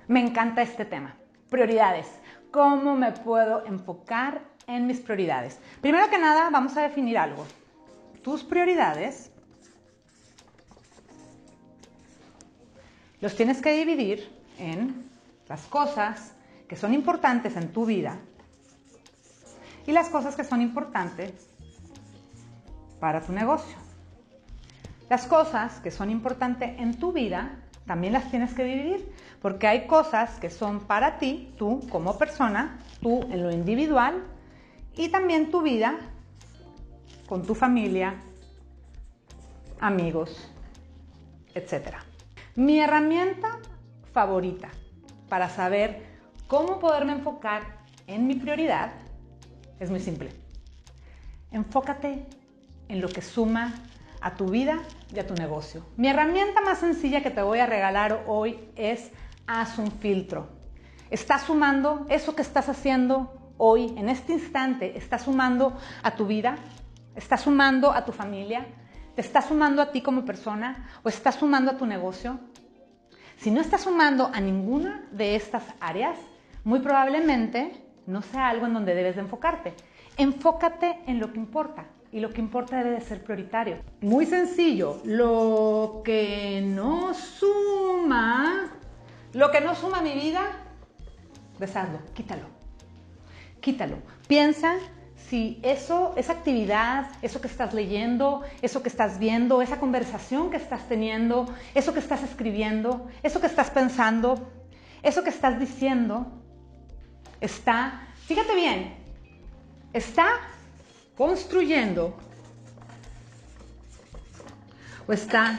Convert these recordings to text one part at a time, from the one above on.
Me encanta este tema. Prioridades. ¿Cómo me puedo enfocar en mis prioridades? Primero que nada, vamos a definir algo. Tus prioridades los tienes que dividir en las cosas que son importantes en tu vida y las cosas que son importantes para tu negocio. Las cosas que son importantes en tu vida también las tienes que dividir, porque hay cosas que son para ti, tú como persona, tú en lo individual, y también tu vida con tu familia, amigos, etc. Mi herramienta favorita para saber cómo poderme enfocar en mi prioridad es muy simple. Enfócate en lo que suma a tu vida y a tu negocio. Mi herramienta más sencilla que te voy a regalar hoy es haz un filtro. ¿Estás sumando eso que estás haciendo hoy, en este instante? ¿Estás sumando a tu vida? ¿Estás sumando a tu familia? ¿Te estás sumando a ti como persona? ¿O estás sumando a tu negocio? Si no estás sumando a ninguna de estas áreas, muy probablemente no sea algo en donde debes de enfocarte. Enfócate en lo que importa. Y lo que importa debe de ser prioritario. Muy sencillo. Lo que no suma a mi vida, deshazlo, quítalo. Quítalo. Piensa si esa actividad, eso que estás leyendo, eso que estás viendo, esa conversación que estás teniendo, eso que estás escribiendo, eso que estás pensando, eso que estás diciendo, fíjate bien, está construyendo o está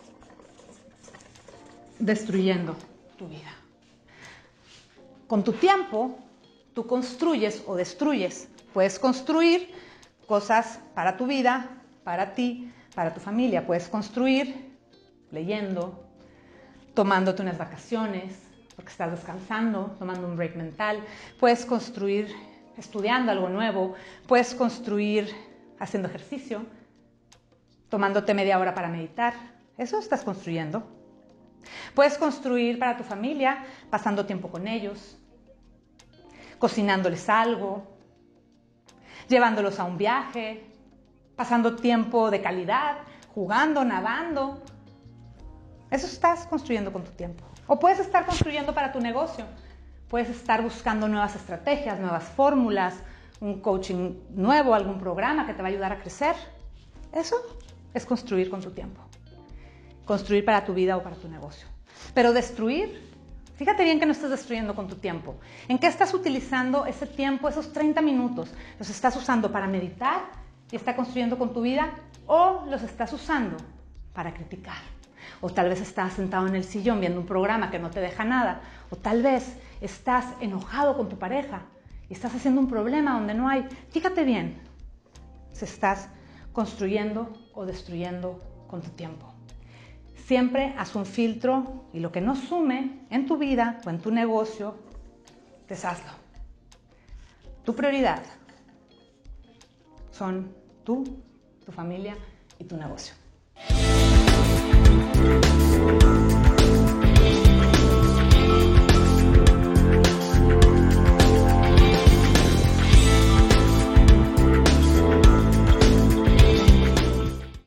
destruyendo tu vida. Con tu tiempo, tú construyes o destruyes. Puedes construir cosas para tu vida, para ti, para tu familia. Puedes construir leyendo, tomándote unas vacaciones, porque estás descansando, tomando un break mental. Puedes construir estudiando algo nuevo. Puedes construir haciendo ejercicio, tomándote media hora para meditar. Eso estás construyendo. Puedes construir para tu familia, pasando tiempo con ellos, cocinándoles algo, llevándolos a un viaje, pasando tiempo de calidad, jugando, nadando. Eso estás construyendo con tu tiempo. O puedes estar construyendo para tu negocio. Puedes estar buscando nuevas estrategias, nuevas fórmulas, un coaching nuevo, algún programa que te va a ayudar a crecer. Eso es construir con tu tiempo. Construir para tu vida o para tu negocio. Pero destruir, fíjate bien que no estás destruyendo con tu tiempo. ¿En qué estás utilizando ese tiempo, esos 30 minutos? ¿Los estás usando para meditar y estar construyendo con tu vida? ¿O los estás usando para criticar? O tal vez estás sentado en el sillón viendo un programa que no te deja nada. O tal vez estás enojado con tu pareja y estás haciendo un problema donde no hay. Fíjate bien si estás construyendo o destruyendo con tu tiempo. Siempre haz un filtro y lo que no sume en tu vida o en tu negocio, deshazlo. Tu prioridad son tú, tu familia y tu negocio.